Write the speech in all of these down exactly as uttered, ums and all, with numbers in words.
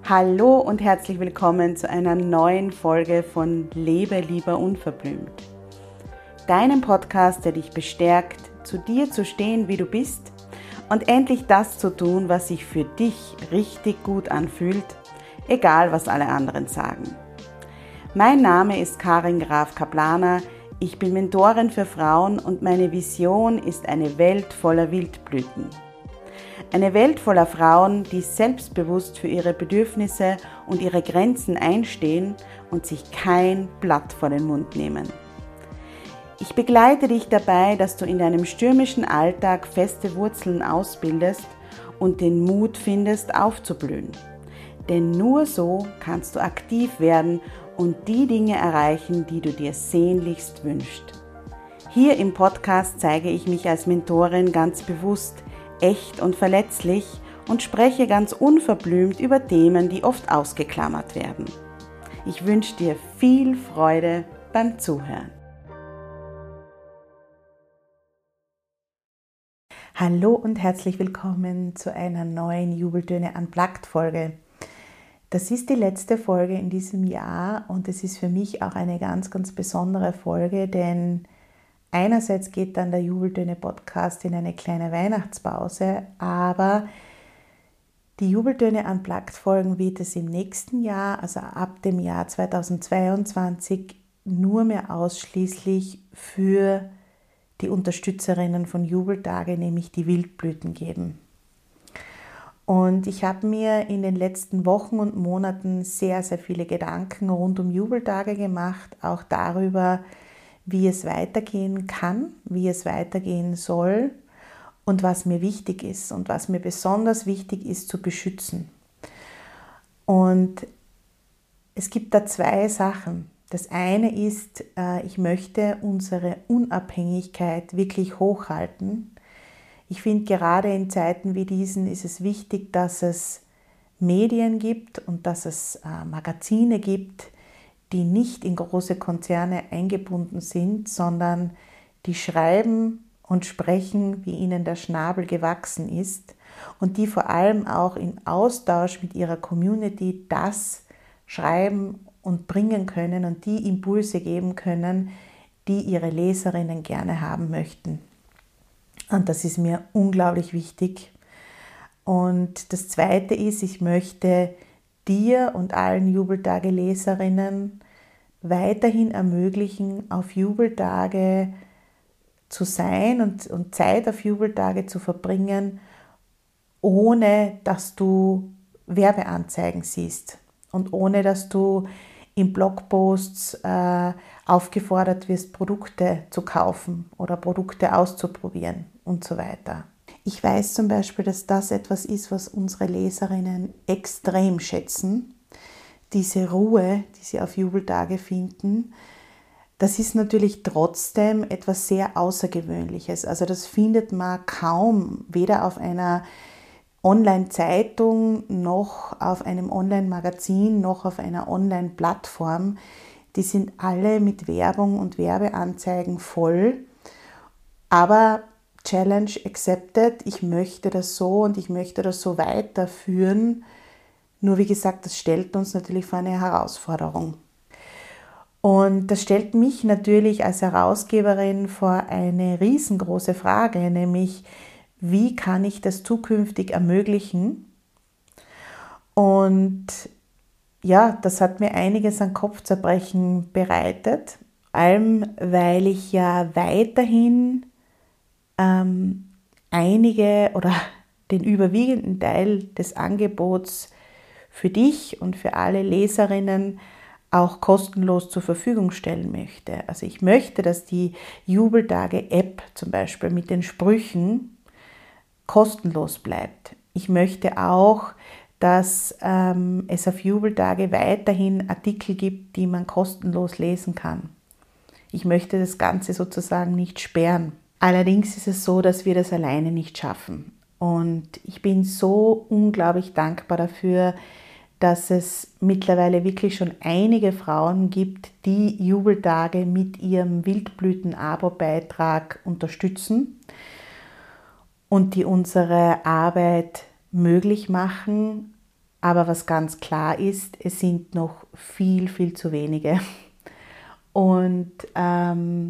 Hallo und herzlich willkommen zu einer neuen Folge von Lebe lieber unverblümt. Deinem Podcast, der dich bestärkt, zu dir zu stehen, wie du bist und endlich das zu tun, was sich für dich richtig gut anfühlt, egal was alle anderen sagen. Mein Name ist Karin Graf-Kaplaner, ich bin Mentorin für Frauen und meine Vision ist eine Welt voller Wildblüten. Eine Welt voller Frauen, die selbstbewusst für ihre Bedürfnisse und ihre Grenzen einstehen und sich kein Blatt vor den Mund nehmen. Ich begleite dich dabei, dass du in deinem stürmischen Alltag feste Wurzeln ausbildest und den Mut findest, aufzublühen. Denn nur so kannst du aktiv werden und die Dinge erreichen, die du dir sehnlichst wünschst. Hier im Podcast zeige ich mich als Mentorin ganz bewusst, echt und verletzlich und spreche ganz unverblümt über Themen, die oft ausgeklammert werden. Ich wünsche dir viel Freude beim Zuhören. Hallo und herzlich willkommen zu einer neuen Jubeltöne Unplugged Folge. Das ist die letzte Folge in diesem Jahr und es ist für mich auch eine ganz, ganz besondere Folge, denn einerseits geht dann der Jubeltöne-Podcast in eine kleine Weihnachtspause, aber die Jubeltöne Unplugged-Folgen wird es im nächsten Jahr, also ab dem Jahr zweitausendzweiundzwanzig, nur mehr ausschließlich für die Unterstützerinnen von Jubeltage, nämlich die Wildblüten geben. Und ich habe mir in den letzten Wochen und Monaten sehr, sehr viele Gedanken rund um Jubeltage gemacht, auch darüber, wie es weitergehen kann, wie es weitergehen soll und was mir wichtig ist und was mir besonders wichtig ist zu beschützen. Und es gibt da zwei Sachen. Das eine ist, ich möchte unsere Unabhängigkeit wirklich hochhalten. Ich finde, gerade in Zeiten wie diesen ist es wichtig, dass es Medien gibt und dass es Magazine gibt, die nicht in große Konzerne eingebunden sind, sondern die schreiben und sprechen, wie ihnen der Schnabel gewachsen ist und die vor allem auch in Austausch mit ihrer Community das schreiben und bringen können und die Impulse geben können, die ihre Leserinnen gerne haben möchten. Und das ist mir unglaublich wichtig. Und das Zweite ist, ich möchte dir und allen Jubeltage-Leserinnen weiterhin ermöglichen, auf Jubeltage zu sein und, und Zeit auf Jubeltage zu verbringen, ohne dass du Werbeanzeigen siehst und ohne dass du in Blogposts äh, aufgefordert wirst, Produkte zu kaufen oder Produkte auszuprobieren und so weiter. Ich weiß zum Beispiel, dass das etwas ist, was unsere Leserinnen extrem schätzen. Diese Ruhe, die sie auf Jubeltage finden, das ist natürlich trotzdem etwas sehr Außergewöhnliches. Also das findet man kaum, weder auf einer Online-Zeitung noch auf einem Online-Magazin noch auf einer Online-Plattform. Die sind alle mit Werbung und Werbeanzeigen voll. Aber Challenge accepted, ich möchte das so und ich möchte das so weiterführen. Nur wie gesagt, das stellt uns natürlich vor eine Herausforderung. Und das stellt mich natürlich als Herausgeberin vor eine riesengroße Frage, nämlich wie kann ich das zukünftig ermöglichen? Und ja, das hat mir einiges an Kopfzerbrechen bereitet, vor allem weil ich ja weiterhin ähm, einige oder den überwiegenden Teil des Angebots für dich und für alle Leserinnen auch kostenlos zur Verfügung stellen möchte. Also ich möchte, dass die Jubeltage-App zum Beispiel mit den Sprüchen kostenlos bleibt. Ich möchte auch, dass ähm, es auf Jubeltage weiterhin Artikel gibt, die man kostenlos lesen kann. Ich möchte das Ganze sozusagen nicht sperren. Allerdings ist es so, dass wir das alleine nicht schaffen. Und ich bin so unglaublich dankbar dafür, dass es mittlerweile wirklich schon einige Frauen gibt, die Jubeltage mit ihrem Wildblüten-Abo-Beitrag unterstützen und die unsere Arbeit möglich machen Aber was ganz klar ist, es sind noch viel, viel zu wenige. Und ähm,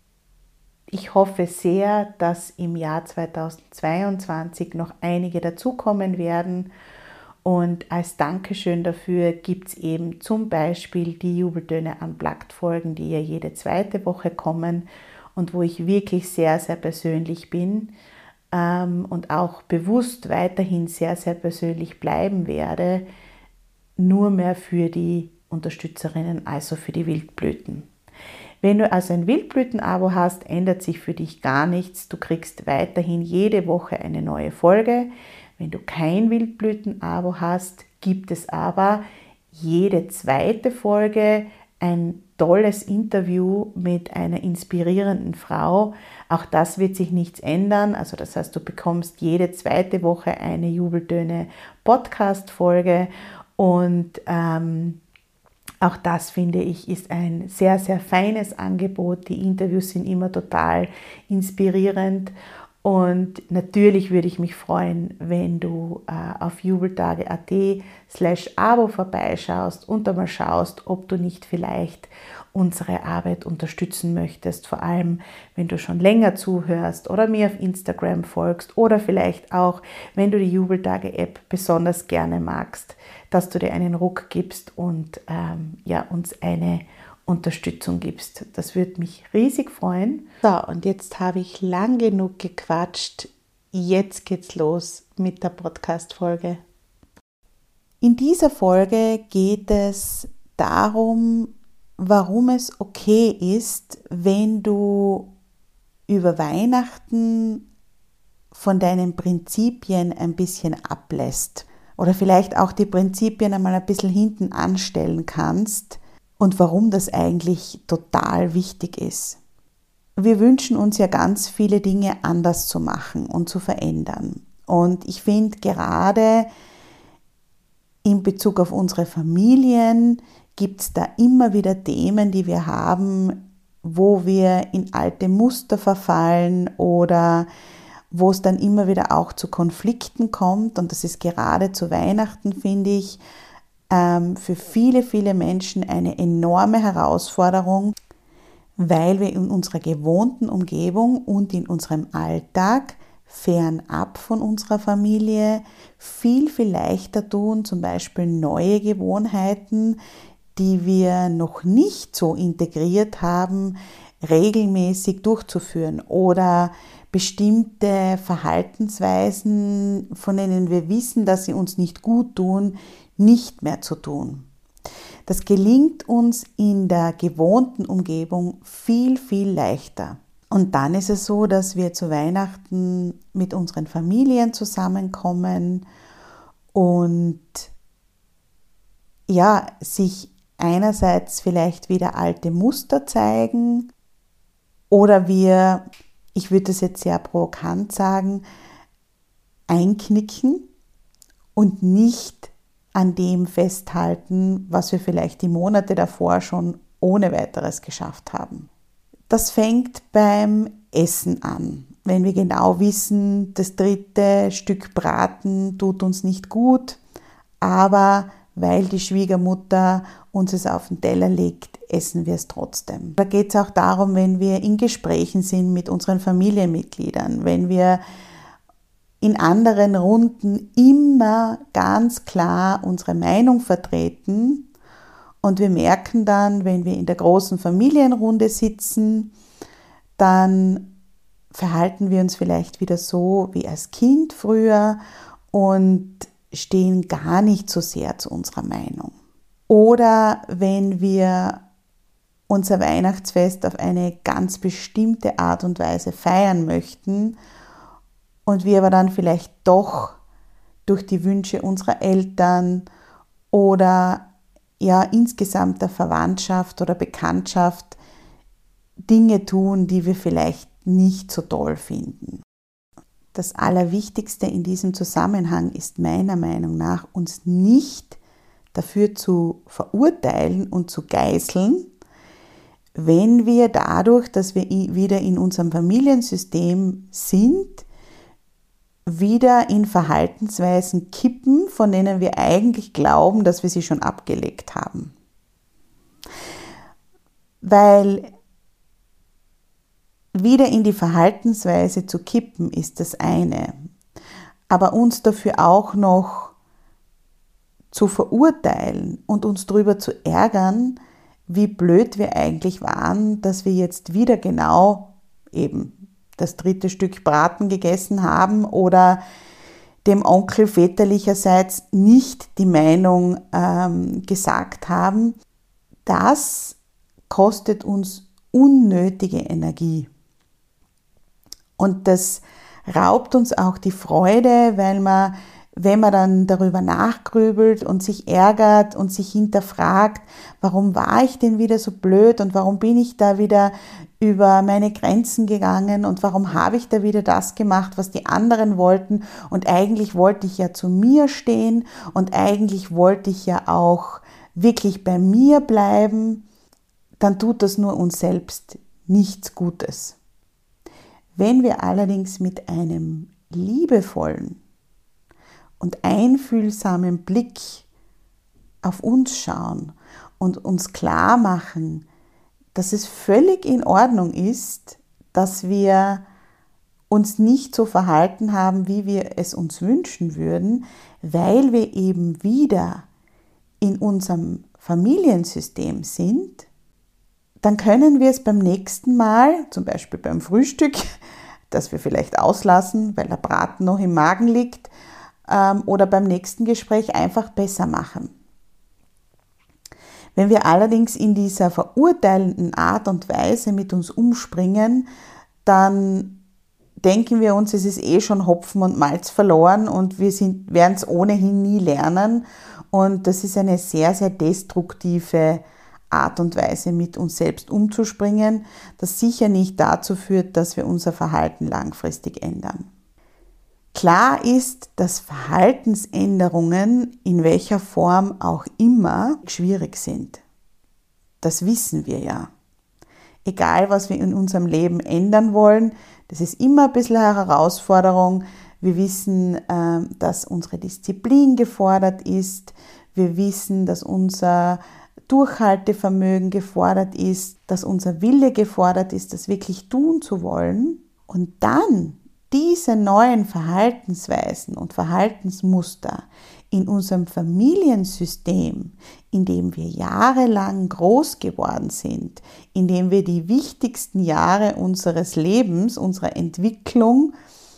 ich hoffe sehr, dass im Jahr zweitausendzweiundzwanzig noch einige dazukommen werden. Und als Dankeschön dafür gibt es eben zum Beispiel die Jubeltöne Unplugged Folgen, die ja jede zweite Woche kommen und wo ich wirklich sehr, sehr persönlich bin ähm, und auch bewusst weiterhin sehr, sehr persönlich bleiben werde, nur mehr für die Unterstützerinnen, also für die Wildblüten. Wenn du also ein Wildblüten-Abo hast, ändert sich für dich gar nichts. Du kriegst weiterhin jede Woche eine neue Folge. Wenn du kein Wildblüten-Abo hast, gibt es aber jede zweite Folge ein tolles Interview mit einer inspirierenden Frau. Auch das wird sich nichts ändern. Also das heißt, du bekommst jede zweite Woche eine Jubeltöne-Podcast-Folge und ähm, auch das, finde ich, ist ein sehr, sehr feines Angebot. Die Interviews sind immer total inspirierend. Und natürlich würde ich mich freuen, wenn du äh, auf jubeltage.at slash abo vorbeischaust und einmal schaust, ob du nicht vielleicht unsere Arbeit unterstützen möchtest. Vor allem, wenn du schon länger zuhörst oder mir auf Instagram folgst oder vielleicht auch, wenn du die Jubeltage-App besonders gerne magst, dass du dir einen Ruck gibst und ähm, ja, uns eine Unterstützung gibst. Das würde mich riesig freuen. So, und jetzt habe ich lang genug gequatscht. Jetzt geht's los mit der Podcast-Folge. In dieser Folge geht es darum, warum es okay ist, wenn du über Weihnachten von deinen Prinzipien ein bisschen ablässt oder vielleicht auch die Prinzipien einmal ein bisschen hinten anstellen kannst und warum das eigentlich total wichtig ist. Wir wünschen uns ja ganz viele Dinge anders zu machen und zu verändern. Und ich finde, gerade in Bezug auf unsere Familien gibt es da immer wieder Themen, die wir haben, wo wir in alte Muster verfallen oder wo es dann immer wieder auch zu Konflikten kommt. Und das ist gerade zu Weihnachten, finde ich, für viele, viele Menschen eine enorme Herausforderung, weil wir in unserer gewohnten Umgebung und in unserem Alltag fernab von unserer Familie viel, viel leichter tun, zum Beispiel neue Gewohnheiten, die wir noch nicht so integriert haben, regelmäßig durchzuführen oder bestimmte Verhaltensweisen, von denen wir wissen, dass sie uns nicht gut tun, nicht mehr zu tun. Das gelingt uns in der gewohnten Umgebung viel, viel leichter. Und dann ist es so, dass wir zu Weihnachten mit unseren Familien zusammenkommen und ja, sich einerseits vielleicht wieder alte Muster zeigen oder wir, ich würde das jetzt sehr provokant sagen, einknicken und nicht an dem festhalten, was wir vielleicht die Monate davor schon ohne weiteres geschafft haben. Das fängt beim Essen an. Wenn wir genau wissen, das dritte Stück Braten tut uns nicht gut, aber weil die Schwiegermutter uns es auf den Teller legt, essen wir es trotzdem. Da geht es auch darum, wenn wir in Gesprächen sind mit unseren Familienmitgliedern, wenn wir in anderen Runden immer ganz klar unsere Meinung vertreten und wir merken dann, wenn wir in der großen Familienrunde sitzen, dann verhalten wir uns vielleicht wieder so wie als Kind früher und stehen gar nicht so sehr zu unserer Meinung. Oder wenn wir unser Weihnachtsfest auf eine ganz bestimmte Art und Weise feiern möchten und wir aber dann vielleicht doch durch die Wünsche unserer Eltern oder ja insgesamt der Verwandtschaft oder Bekanntschaft Dinge tun, die wir vielleicht nicht so toll finden. Das Allerwichtigste in diesem Zusammenhang ist meiner Meinung nach, uns nicht dafür zu verurteilen und zu geißeln, wenn wir dadurch, dass wir wieder in unserem Familiensystem sind, wieder in Verhaltensweisen kippen, von denen wir eigentlich glauben, dass wir sie schon abgelegt haben. Weil wieder in die Verhaltensweise zu kippen ist das eine, aber uns dafür auch noch zu verurteilen und uns darüber zu ärgern, wie blöd wir eigentlich waren, dass wir jetzt wieder genau eben das dritte Stück Braten gegessen haben oder dem Onkel väterlicherseits nicht die Meinung ähm, gesagt haben, das kostet uns unnötige Energie. Und das raubt uns auch die Freude, weil man, wenn man dann darüber nachgrübelt und sich ärgert und sich hinterfragt, warum war ich denn wieder so blöd und warum bin ich da wieder über meine Grenzen gegangen und warum habe ich da wieder das gemacht, was die anderen wollten und eigentlich wollte ich ja zu mir stehen und eigentlich wollte ich ja auch wirklich bei mir bleiben, dann tut das nur uns selbst nichts Gutes. Wenn wir allerdings mit einem liebevollen und einfühlsamen Blick auf uns schauen und uns klar machen, dass es völlig in Ordnung ist, dass wir uns nicht so verhalten haben, wie wir es uns wünschen würden, weil wir eben wieder in unserem Familiensystem sind, dann können wir es beim nächsten Mal, zum Beispiel beim Frühstück, das wir vielleicht auslassen, weil der Braten noch im Magen liegt, ähm, oder beim nächsten Gespräch einfach besser machen. Wenn wir allerdings in dieser verurteilenden Art und Weise mit uns umspringen, dann denken wir uns, es ist eh schon Hopfen und Malz verloren und wir werden es ohnehin nie lernen. Und das ist eine sehr, sehr destruktive Art und Weise, mit uns selbst umzuspringen, das sicher nicht dazu führt, dass wir unser Verhalten langfristig ändern. Klar ist, dass Verhaltensänderungen in welcher Form auch immer schwierig sind. Das wissen wir ja. Egal, was wir in unserem Leben ändern wollen, das ist immer ein bisschen eine Herausforderung. Wir wissen, dass unsere Disziplin gefordert ist. Wir wissen, dass unser Durchhaltevermögen gefordert ist, dass unser Wille gefordert ist, das wirklich tun zu wollen. Und dann diese neuen Verhaltensweisen und Verhaltensmuster in unserem Familiensystem, in dem wir jahrelang groß geworden sind, in dem wir die wichtigsten Jahre unseres Lebens, unserer Entwicklung,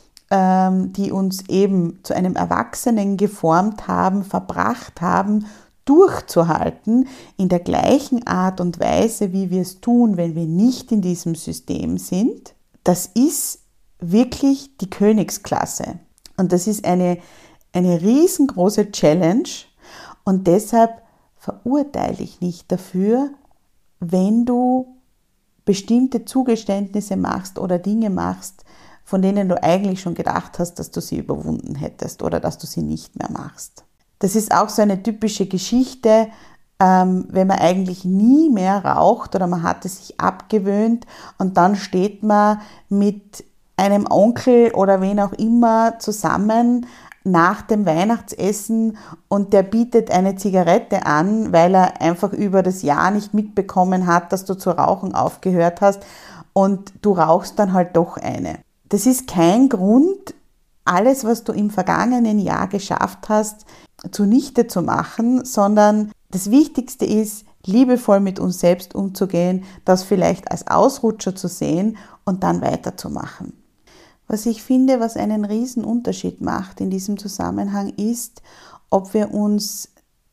ähm, die uns eben zu einem Erwachsenen geformt haben, verbracht haben, durchzuhalten, in der gleichen Art und Weise, wie wir es tun, wenn wir nicht in diesem System sind, das ist wirklich die Königsklasse. Und das ist eine, eine riesengroße Challenge und deshalb verurteile ich nicht dafür, wenn du bestimmte Zugeständnisse machst oder Dinge machst, von denen du eigentlich schon gedacht hast, dass du sie überwunden hättest oder dass du sie nicht mehr machst. Das ist auch so eine typische Geschichte, ähm, wenn man eigentlich nie mehr raucht oder man hat es sich abgewöhnt und dann steht man mit einem Onkel oder wen auch immer zusammen nach dem Weihnachtsessen und der bietet eine Zigarette an, weil er einfach über das Jahr nicht mitbekommen hat, dass du zu rauchen aufgehört hast und du rauchst dann halt doch eine. Das ist kein Grund, alles, was du im vergangenen Jahr geschafft hast, zunichte zu machen, sondern das Wichtigste ist, liebevoll mit uns selbst umzugehen, das vielleicht als Ausrutscher zu sehen und dann weiterzumachen. Was ich finde, was einen riesen Unterschied macht in diesem Zusammenhang ist, ob wir uns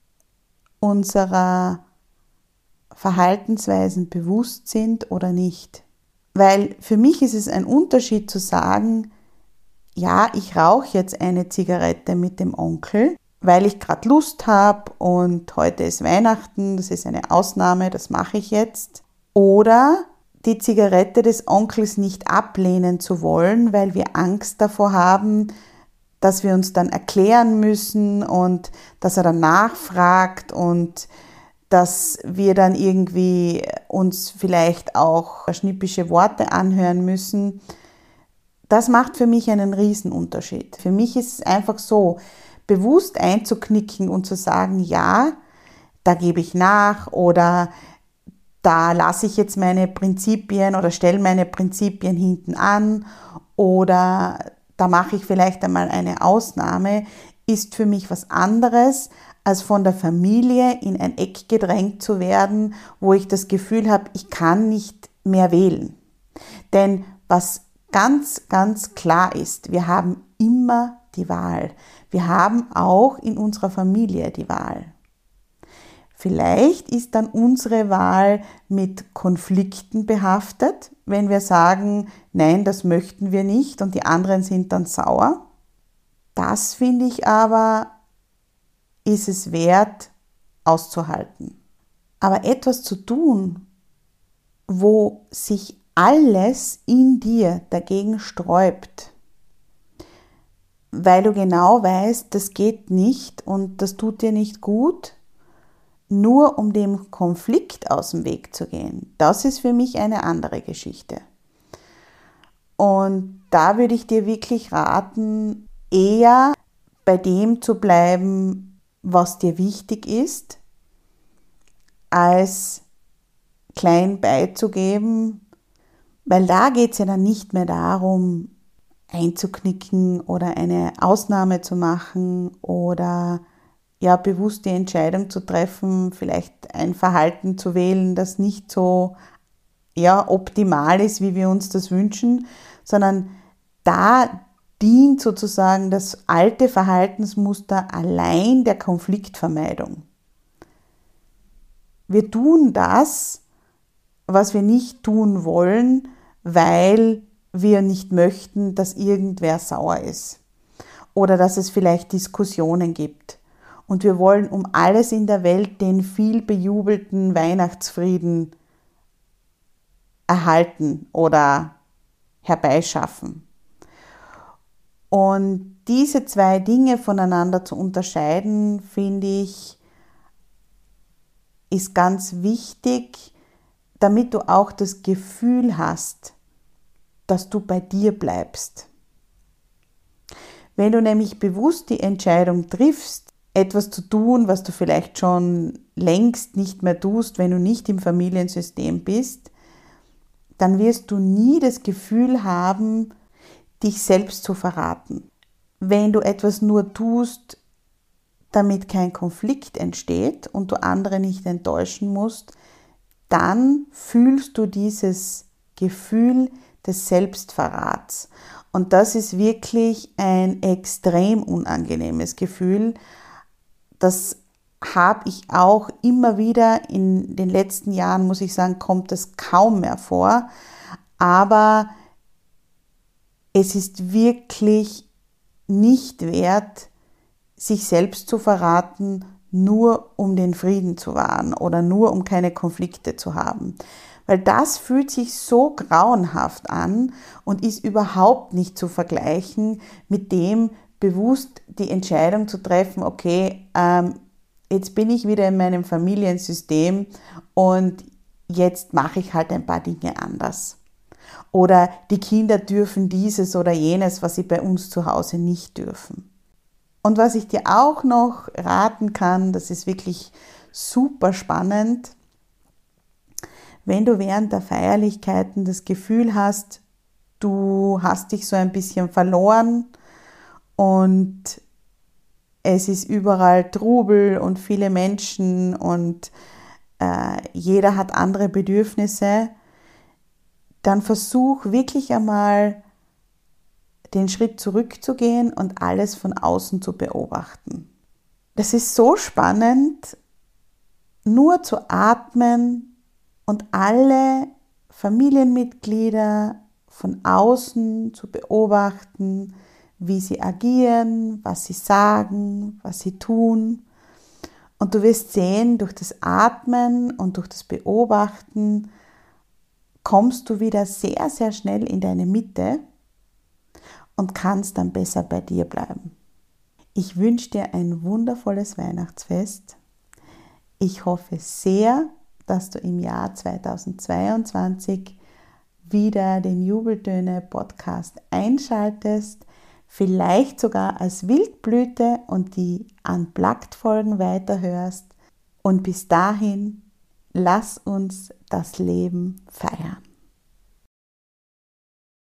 unserer Verhaltensweisen bewusst sind oder nicht. Weil für mich ist es ein Unterschied zu sagen, ja, ich rauche jetzt eine Zigarette mit dem Onkel, weil ich gerade Lust habe und heute ist Weihnachten, das ist eine Ausnahme, das mache ich jetzt. Oder die Zigarette des Onkels nicht ablehnen zu wollen, weil wir Angst davor haben, dass wir uns dann erklären müssen und dass er dann nachfragt und dass wir dann irgendwie uns vielleicht auch schnippische Worte anhören müssen. Das macht für mich einen Riesenunterschied. Für mich ist es einfach so, bewusst einzuknicken und zu sagen, ja, da gebe ich nach oder da lasse ich jetzt meine Prinzipien oder stelle meine Prinzipien hinten an oder da mache ich vielleicht einmal eine Ausnahme, ist für mich was anderes, als von der Familie in ein Eck gedrängt zu werden, wo ich das Gefühl habe, ich kann nicht mehr wählen. Denn was ganz, ganz klar ist, wir haben immer die Wahl. Wir haben auch in unserer Familie die Wahl. Vielleicht ist dann unsere Wahl mit Konflikten behaftet, wenn wir sagen, nein, das möchten wir nicht und die anderen sind dann sauer. Das finde ich aber, ist es wert, auszuhalten. Aber etwas zu tun, wo sich alles in dir dagegen sträubt, weil du genau weißt, das geht nicht und das tut dir nicht gut, nur um dem Konflikt aus dem Weg zu gehen, das ist für mich eine andere Geschichte. Und da würde ich dir wirklich raten, eher bei dem zu bleiben, was dir wichtig ist, als klein beizugeben, weil da geht es ja dann nicht mehr darum, einzuknicken oder eine Ausnahme zu machen oder ja, bewusst die Entscheidung zu treffen, vielleicht ein Verhalten zu wählen, das nicht so ja, optimal ist, wie wir uns das wünschen, sondern da dient sozusagen das alte Verhaltensmuster allein der Konfliktvermeidung. Wir tun das, was wir nicht tun wollen, weil wir nicht möchten, dass irgendwer sauer ist oder dass es vielleicht Diskussionen gibt. Und wir wollen um alles in der Welt den viel bejubelten Weihnachtsfrieden erhalten oder herbeischaffen. Und diese zwei Dinge voneinander zu unterscheiden, finde ich, ist ganz wichtig, damit du auch das Gefühl hast, dass du bei dir bleibst. Wenn du nämlich bewusst die Entscheidung triffst, etwas zu tun, was du vielleicht schon längst nicht mehr tust, wenn du nicht im Familiensystem bist, dann wirst du nie das Gefühl haben, dich selbst zu verraten. Wenn du etwas nur tust, damit kein Konflikt entsteht und du andere nicht enttäuschen musst, dann fühlst du dieses Gefühl des Selbstverrats. Und das ist wirklich ein extrem unangenehmes Gefühl. Das habe ich auch immer wieder in den letzten Jahren, muss ich sagen, kommt das kaum mehr vor. Aber es ist wirklich nicht wert, sich selbst zu verraten, nur um den Frieden zu wahren oder nur um keine Konflikte zu haben. Weil das fühlt sich so grauenhaft an und ist überhaupt nicht zu vergleichen mit dem, bewusst die Entscheidung zu treffen, okay, ähm, jetzt bin ich wieder in meinem Familiensystem und jetzt mache ich halt ein paar Dinge anders. Oder die Kinder dürfen dieses oder jenes, was sie bei uns zu Hause nicht dürfen. Und was ich dir auch noch raten kann, das ist wirklich super spannend, wenn du während der Feierlichkeiten das Gefühl hast, du hast dich so ein bisschen verloren und es ist überall Trubel und viele Menschen und äh, jeder hat andere Bedürfnisse, dann versuch wirklich einmal den Schritt zurückzugehen und alles von außen zu beobachten. Das ist so spannend, nur zu atmen und alle Familienmitglieder von außen zu beobachten, wie sie agieren, was sie sagen, was sie tun. Und du wirst sehen, durch das Atmen und durch das Beobachten kommst du wieder sehr, sehr schnell in deine Mitte und kannst dann besser bei dir bleiben. Ich wünsche dir ein wundervolles Weihnachtsfest. Ich hoffe sehr, dass du im Jahr zweitausendzweiundzwanzig wieder den Jubeltöne-Podcast einschaltest, vielleicht sogar als Wildblüte und die Unplugged-Folgen weiterhörst. Und bis dahin, lass uns das Leben feiern.